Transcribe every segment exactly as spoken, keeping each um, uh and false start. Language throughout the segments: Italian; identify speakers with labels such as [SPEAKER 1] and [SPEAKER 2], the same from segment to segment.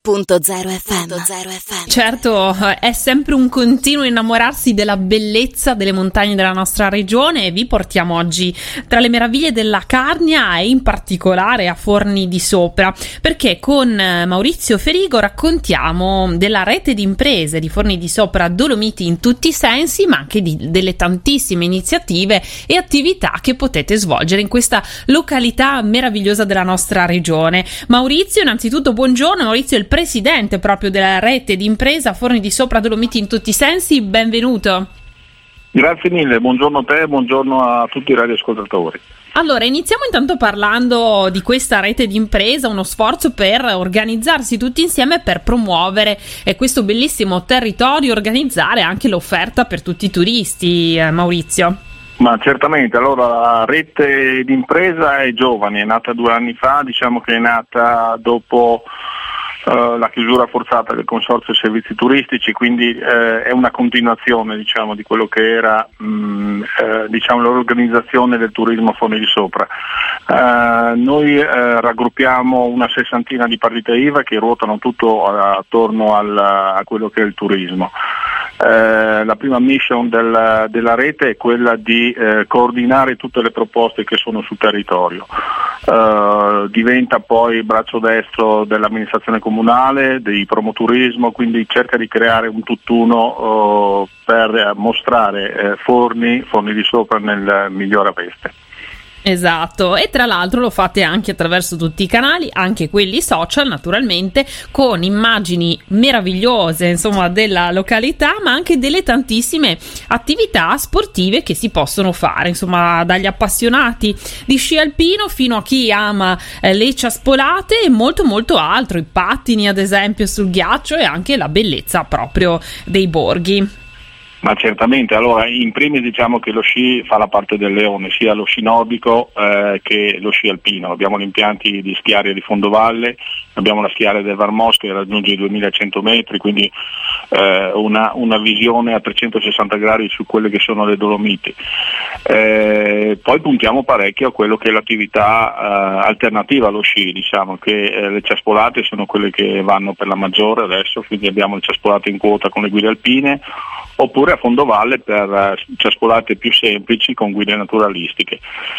[SPEAKER 1] Punto zero F M.
[SPEAKER 2] Certo, è sempre un continuo innamorarsi della bellezza delle montagne della nostra regione e vi portiamo oggi tra le meraviglie della Carnia e in particolare a Forni di Sopra, perché con Maurizio Ferigo raccontiamo della rete di imprese di Forni di Sopra Dolomiti in tutti i sensi, ma anche di, delle tantissime iniziative e attività che potete svolgere in questa località meravigliosa della nostra regione. Maurizio, innanzitutto buongiorno. Maurizio è il presidente proprio della rete di impresa Forni di Sopra Dolomiti in tutti i sensi, benvenuto.
[SPEAKER 3] Grazie mille, buongiorno a te, buongiorno a tutti i radioascoltatori.
[SPEAKER 2] Allora, iniziamo intanto parlando di questa rete di impresa, uno sforzo per organizzarsi tutti insieme per promuovere eh, questo bellissimo territorio, organizzare anche l'offerta per tutti i turisti, eh, Maurizio.
[SPEAKER 3] Ma certamente, allora la rete di impresa è giovane, è nata due anni fa, diciamo che è nata dopo Uh, la chiusura forzata del Consorzio Servizi Turistici, quindi uh, è una continuazione, diciamo, di quello che era mh, uh, diciamo, l'organizzazione del turismo a Forni di Sopra. Uh, noi uh, raggruppiamo una sessantina di partite I V A che ruotano tutto uh, attorno al, a quello che è il turismo. Uh, la prima mission del, della rete è quella di uh, coordinare tutte le proposte che sono sul territorio. Uh, diventa poi braccio destro dell'amministrazione comunale, di promoturismo, quindi cerca di creare un tutt'uno uh, per mostrare uh, Forni, Forni di Sopra nel migliore veste.
[SPEAKER 2] Esatto, e tra l'altro lo fate anche attraverso tutti i canali, anche quelli social naturalmente, con immagini meravigliose insomma della località, ma anche delle tantissime attività sportive che si possono fare, insomma dagli appassionati di sci alpino fino a chi ama eh, le ciaspolate e molto molto altro, i pattini ad esempio sul ghiaccio e anche la bellezza proprio dei borghi.
[SPEAKER 3] Ma certamente, allora in primis diciamo che lo sci fa la parte del leone, sia lo sci nordico eh, che lo sci alpino. Abbiamo gli impianti di schiaria di fondovalle, abbiamo la schiaria del Varmos che raggiunge i duemilacento metri, quindi eh, una, una visione a trecentosessanta gradi su quelle che sono le Dolomiti. Eh, poi puntiamo parecchio a quello che è l'attività eh, alternativa allo sci, diciamo che eh, le ciaspolate sono quelle che vanno per la maggiore adesso, quindi abbiamo le ciaspolate in quota con le guide alpine, oppure a fondovalle per uh, ciaspolate più semplici con guide naturalistiche.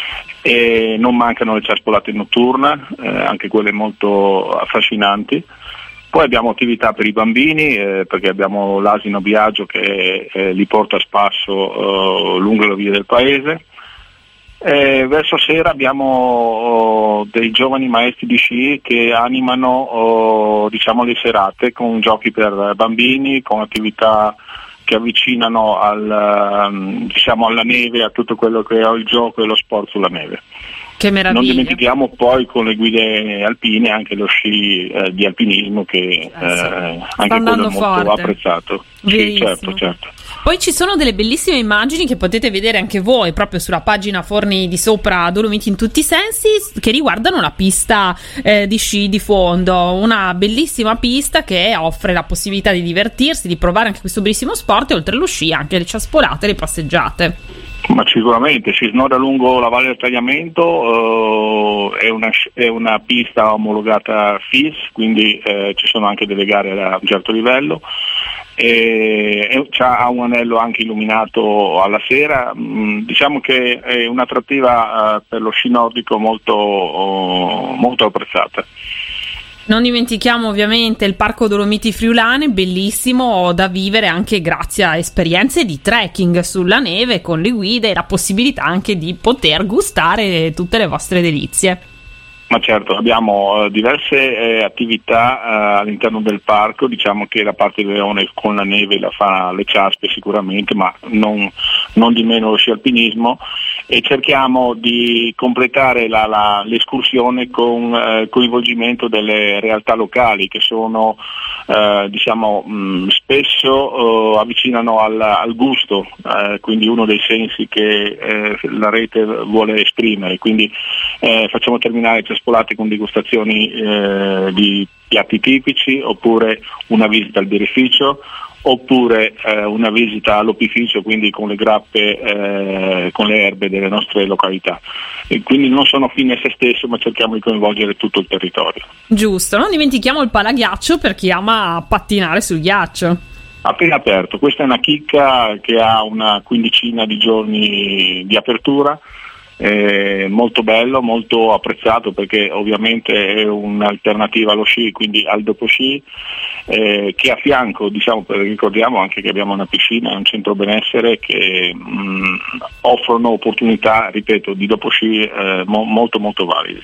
[SPEAKER 3] E non mancano le ciaspolate notturne, eh, anche quelle molto affascinanti. Poi abbiamo attività per i bambini, eh, perché abbiamo l'asino Biagio che eh, li porta a spasso eh, lungo le vie del paese. E verso sera abbiamo oh, dei giovani maestri di sci che animano oh, diciamo le serate con giochi per bambini, con attività che avvicinano al, diciamo alla neve, a tutto quello che è il gioco e lo sport sulla neve.
[SPEAKER 2] Che meraviglia.
[SPEAKER 3] Non dimentichiamo poi con le guide alpine anche lo sci eh, di alpinismo che eh, eh, anche quello è molto
[SPEAKER 2] forte.
[SPEAKER 3] Apprezzato. Sì, certo, certo.
[SPEAKER 2] Poi ci sono delle bellissime immagini che potete vedere anche voi proprio sulla pagina Forni di Sopra Dolomiti in tutti i sensi, che riguardano la pista eh, di sci di fondo, una bellissima pista che offre la possibilità di divertirsi, di provare anche questo bellissimo sport e oltre allo sci anche le ciaspolate e le passeggiate.
[SPEAKER 3] Ma sicuramente si snoda lungo la Valle del Tagliamento, eh, è, una, è una pista omologata F I S, quindi eh, ci sono anche delle gare a un certo livello. E, e ha un anello anche illuminato alla sera, mm, diciamo che è un'attrattiva uh, per lo sci nordico molto, uh, molto apprezzata.
[SPEAKER 2] Non dimentichiamo ovviamente il Parco Dolomiti Friulane, bellissimo da vivere anche grazie a esperienze di trekking sulla neve con le guide e la possibilità anche di poter gustare tutte le vostre delizie.
[SPEAKER 3] Ma certo, abbiamo uh, diverse eh, attività uh, all'interno del parco, diciamo che la parte del leone con la neve la fa le ciaspe sicuramente, ma non, non di meno lo sci alpinismo, e cerchiamo di completare la, la, l'escursione con eh, coinvolgimento delle realtà locali che sono eh, diciamo mh, spesso eh, avvicinano al, al gusto, eh, quindi uno dei sensi che eh, la rete vuole esprimere, quindi eh, facciamo terminare ciaspolate con degustazioni eh, di piatti tipici, oppure una visita al birrificio, oppure eh, una visita all'opificio, quindi con le grappe, eh, con le erbe delle nostre località. E quindi non sono fine a se stesso, ma cerchiamo di coinvolgere tutto il territorio.
[SPEAKER 2] Giusto, non dimentichiamo il palaghiaccio per chi ama pattinare sul ghiaccio.
[SPEAKER 3] Appena aperto, questa è una chicca che ha una quindicina di giorni di apertura, eh, molto bello, molto apprezzato, perché ovviamente è un'alternativa allo sci, quindi al dopo sci, eh, che a fianco, diciamo, ricordiamo anche che abbiamo una piscina e un centro benessere che mh, offrono opportunità, ripeto, di dopo sci eh, mo- molto molto valide.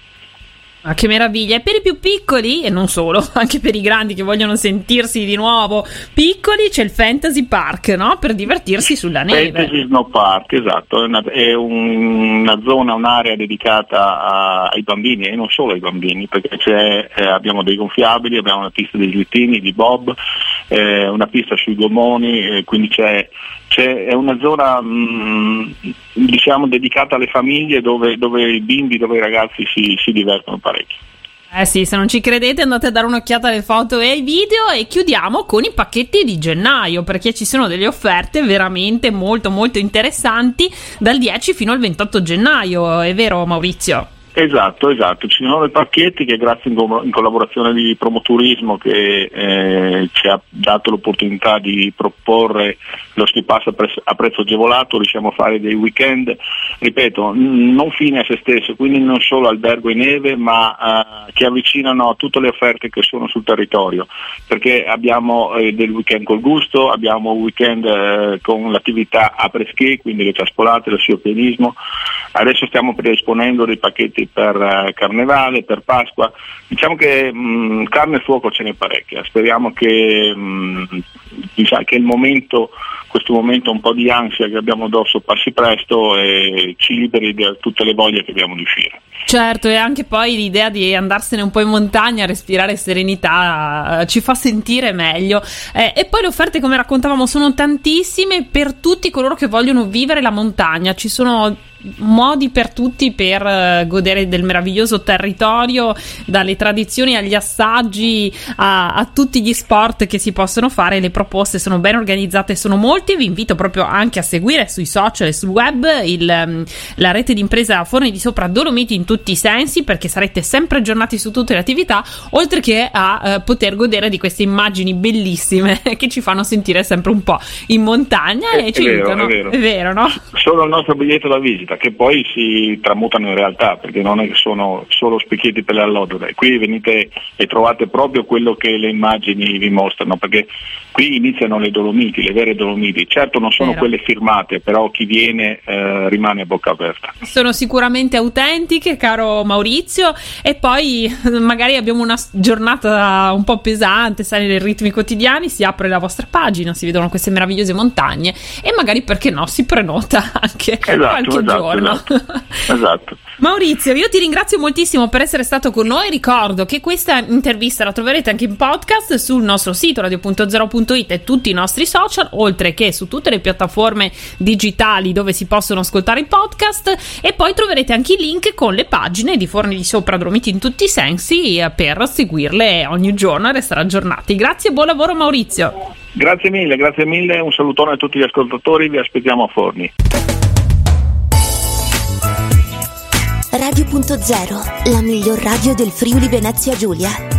[SPEAKER 2] Ma che meraviglia! E per i più piccoli, e non solo, anche per i grandi che vogliono sentirsi di nuovo piccoli, c'è il Fantasy Park, no? Per divertirsi sulla neve.
[SPEAKER 3] Fantasy Snow Park, esatto, è una, è un, una zona, un'area dedicata a, ai bambini e non solo ai bambini, perché c'è, eh, abbiamo dei gonfiabili, abbiamo una pista dei slittini, di bob, eh, una pista sui gommoni, eh, quindi c'è, c'è è una zona mh, diciamo dedicata alle famiglie, dove, dove i bimbi, dove i ragazzi si, si divertono parecchio.
[SPEAKER 2] Eh sì, se non ci credete andate a dare un'occhiata alle foto e ai video. E chiudiamo con i pacchetti di gennaio, perché ci sono delle offerte veramente molto molto interessanti dal dieci fino al ventotto gennaio, è vero Maurizio?
[SPEAKER 3] Esatto, esatto, ci sono dei pacchetti che grazie in, co- in collaborazione di Promoturismo, che eh, ci ha dato l'opportunità di proporre lo ski pass a, pre- a prezzo agevolato, riusciamo a fare dei weekend, ripeto, n- non fine a se stesso, quindi non solo albergo e neve, ma eh, che avvicinano a tutte le offerte che sono sul territorio, perché abbiamo eh, del weekend col gusto, abbiamo weekend eh, con l'attività après-ski, quindi le ciaspolate, lo sciopienismo. Adesso stiamo predisponendo dei pacchetti per uh, Carnevale, per Pasqua. Diciamo che mh, carne e fuoco ce n'è parecchia. Speriamo che, mh, diciamo, che il momento, questo momento un po' di ansia che abbiamo addosso passi presto e ci liberi da tutte le voglie che abbiamo di uscire.
[SPEAKER 2] Certo, e anche poi l'idea di andarsene un po' in montagna, respirare serenità, eh, ci fa sentire meglio. Eh, e poi le offerte, come raccontavamo, sono tantissime per tutti coloro che vogliono vivere la montagna. Ci sono modi per tutti per uh, godere del meraviglioso territorio, dalle tradizioni agli assaggi a, a tutti gli sport che si possono fare. Le proposte sono ben organizzate, sono molte. Vi invito proprio anche a seguire sui social e sul web il, um, la rete di impresa Forni di Sopra Dolomiti in tutti i sensi, perché sarete sempre aggiornati su tutte le attività, oltre che a uh, poter godere di queste immagini bellissime che ci fanno sentire sempre un po' in montagna
[SPEAKER 3] è,
[SPEAKER 2] e ci
[SPEAKER 3] è vero,
[SPEAKER 2] aiutano.
[SPEAKER 3] è vero.
[SPEAKER 2] È vero, no?
[SPEAKER 3] Solo il nostro biglietto da visita, che poi si tramutano in realtà, perché non è che sono solo specchietti per le allodole. Qui venite e trovate proprio quello che le immagini vi mostrano, perché qui iniziano le Dolomiti, le vere Dolomiti. Certo non sono
[SPEAKER 2] Vero.
[SPEAKER 3] quelle firmate, però chi viene eh, rimane a bocca aperta.
[SPEAKER 2] Sono sicuramente autentiche, caro Maurizio, e poi magari abbiamo una giornata un po' pesante, sai, nei ritmi quotidiani, si apre la vostra pagina, si vedono queste meravigliose montagne e magari, perché no, si prenota anche
[SPEAKER 3] esatto,
[SPEAKER 2] qualche
[SPEAKER 3] esatto,
[SPEAKER 2] giorno.
[SPEAKER 3] Esatto. esatto.
[SPEAKER 2] Maurizio, io ti ringrazio moltissimo per essere stato con noi. Ricordo che questa intervista la troverete anche in podcast sul nostro sito radio punto zero punto it e tutti i nostri social, oltre che su tutte le piattaforme digitali dove si possono ascoltare i podcast, e poi troverete anche i link con le pagine di Forni di Sopra Dolomiti in tutti i sensi per seguirle ogni giorno e restare aggiornati. Grazie e buon lavoro Maurizio.
[SPEAKER 3] Grazie mille, grazie mille, un salutone a tutti gli ascoltatori, vi aspettiamo a Forni.
[SPEAKER 1] Radio punto zero, la miglior radio del Friuli Venezia Giulia.